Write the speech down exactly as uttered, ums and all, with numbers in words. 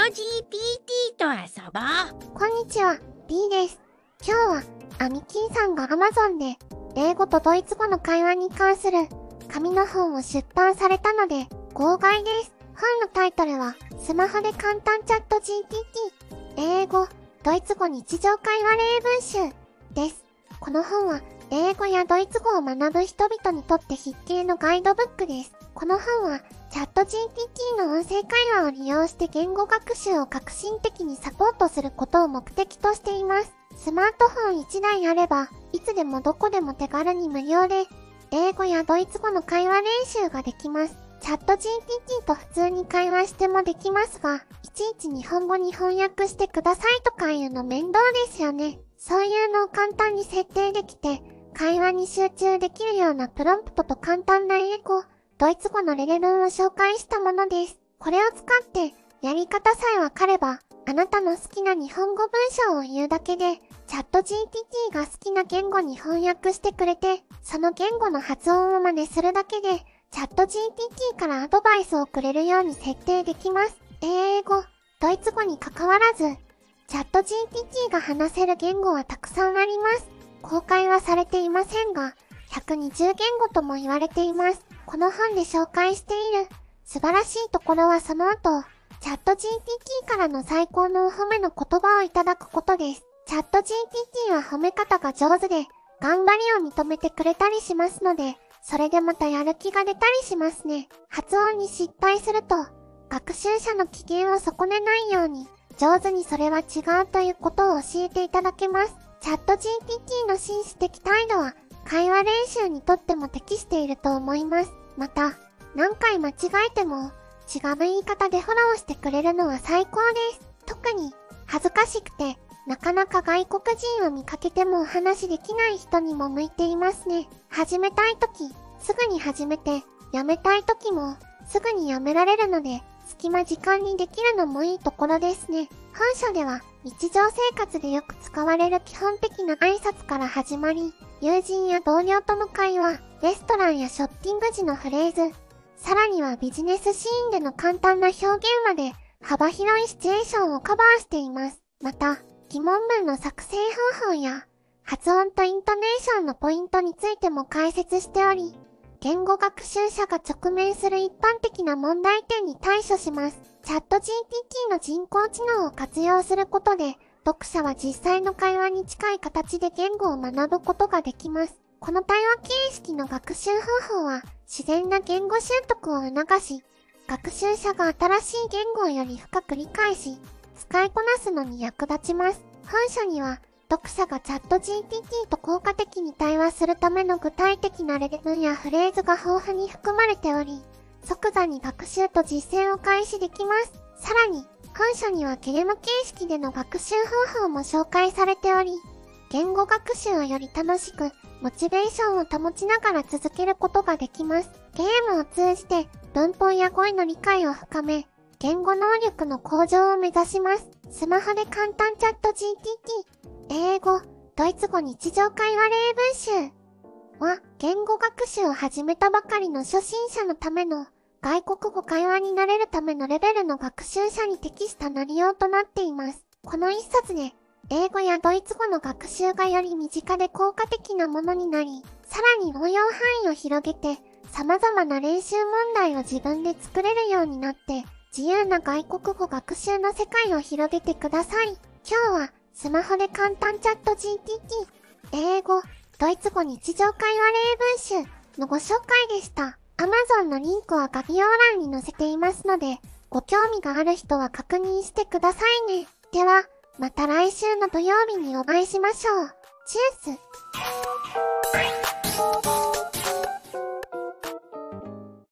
ジーピーティー と遊ぼう。 こんにちは、B です。今日は、アミキンさんが Amazon で、英語とドイツ語の会話に関する紙の本を出版されたので、号外です。本のタイトルは、スマホで簡単チャット ジーピーティー、英語、ドイツ語日常会話例文集です。この本は、英語やドイツ語を学ぶ人々にとって必見のガイドブックです。この本は、チャット ジーピーティー の音声会話を利用して言語学習を革新的にサポートすることを目的としています。スマートフォンいちだいあれば、いつでもどこでも手軽に無料で、英語やドイツ語の会話練習ができます。チャット ジーピーティー と普通に会話してもできますが、いちいち日本語に翻訳してくださいとかいうの面倒ですよね。そういうのを簡単に設定できて、会話に集中できるようなプロンプトと簡単な英語、ドイツ語の例文を紹介したものです。これを使って、やり方さえわかれば、あなたの好きな日本語文章を言うだけで、チャット ジーピーティー が好きな言語に翻訳してくれて、その言語の発音を真似するだけで、チャット ジーピーティー からアドバイスをくれるように設定できます。英語、ドイツ語に関わらず、チャット ジーピーティー が話せる言語はたくさんあります。公開はされていませんが、ひゃくにじゅう言語とも言われています。この本で紹介している素晴らしいところはその後、チャット ジーピーティー からの最高のお褒めの言葉をいただくことです。チャット ジーピーティー は褒め方が上手で、頑張りを認めてくれたりしますので、それでまたやる気が出たりしますね。発音に失敗すると、学習者の機嫌を損ねないように、上手にそれは違うということを教えていただけます。チャット ジーピーティー の紳士的態度は、会話練習にとっても適していると思います。また、何回間違えても、違う言い方でフォローしてくれるのは最高です。特に、恥ずかしくて、なかなか外国人を見かけてもお話できない人にも向いていますね。始めたいとき、すぐに始めて、やめたいときも、すぐにやめられるので、隙間時間にできるのもいいところですね。本書では、日常生活でよく使われる基本的な挨拶から始まり、友人や同僚との会話、レストランやショッピング時のフレーズ、さらにはビジネスシーンでの簡単な表現まで、幅広いシチュエーションをカバーしています。また、疑問文の作成方法や、発音とイントネーションのポイントについても解説しており、言語学習者が直面する一般的な問題点に対処します。チャット ジーピーティー の人工知能を活用することで、読者は実際の会話に近い形で言語を学ぶことができます。この対話形式の学習方法は、自然な言語習得を促し、学習者が新しい言語をより深く理解し、使いこなすのに役立ちます。本書には、読者がチャット ジーピーティー と効果的に対話するための具体的な例文やフレーズが豊富に含まれており、即座に学習と実践を開始できます。さらに、本書にはゲーム形式での学習方法も紹介されており、言語学習をより楽しく、モチベーションを保ちながら続けることができます。ゲームを通じて、文法や語彙の理解を深め、言語能力の向上を目指します。スマホで簡単チャット ジーピーティー、英語、ドイツ語日常会話例文集は、言語学習を始めたばかりの初心者のための、外国語会話になれるためのレベルの学習者に適した内容となっています。この一冊で、英語やドイツ語の学習がより身近で効果的なものになり、さらに応用範囲を広げて、様々な練習問題を自分で作れるようになって、自由な外国語学習の世界を広げてください。今日は、スマホで簡単チャット ジーピーティー、英語、ドイツ語日常会話例文集のご紹介でした。Amazon のリンクは概要欄に載せていますので、ご興味がある人は確認してくださいね。では、また来週の土曜日にお会いしましょう。チュース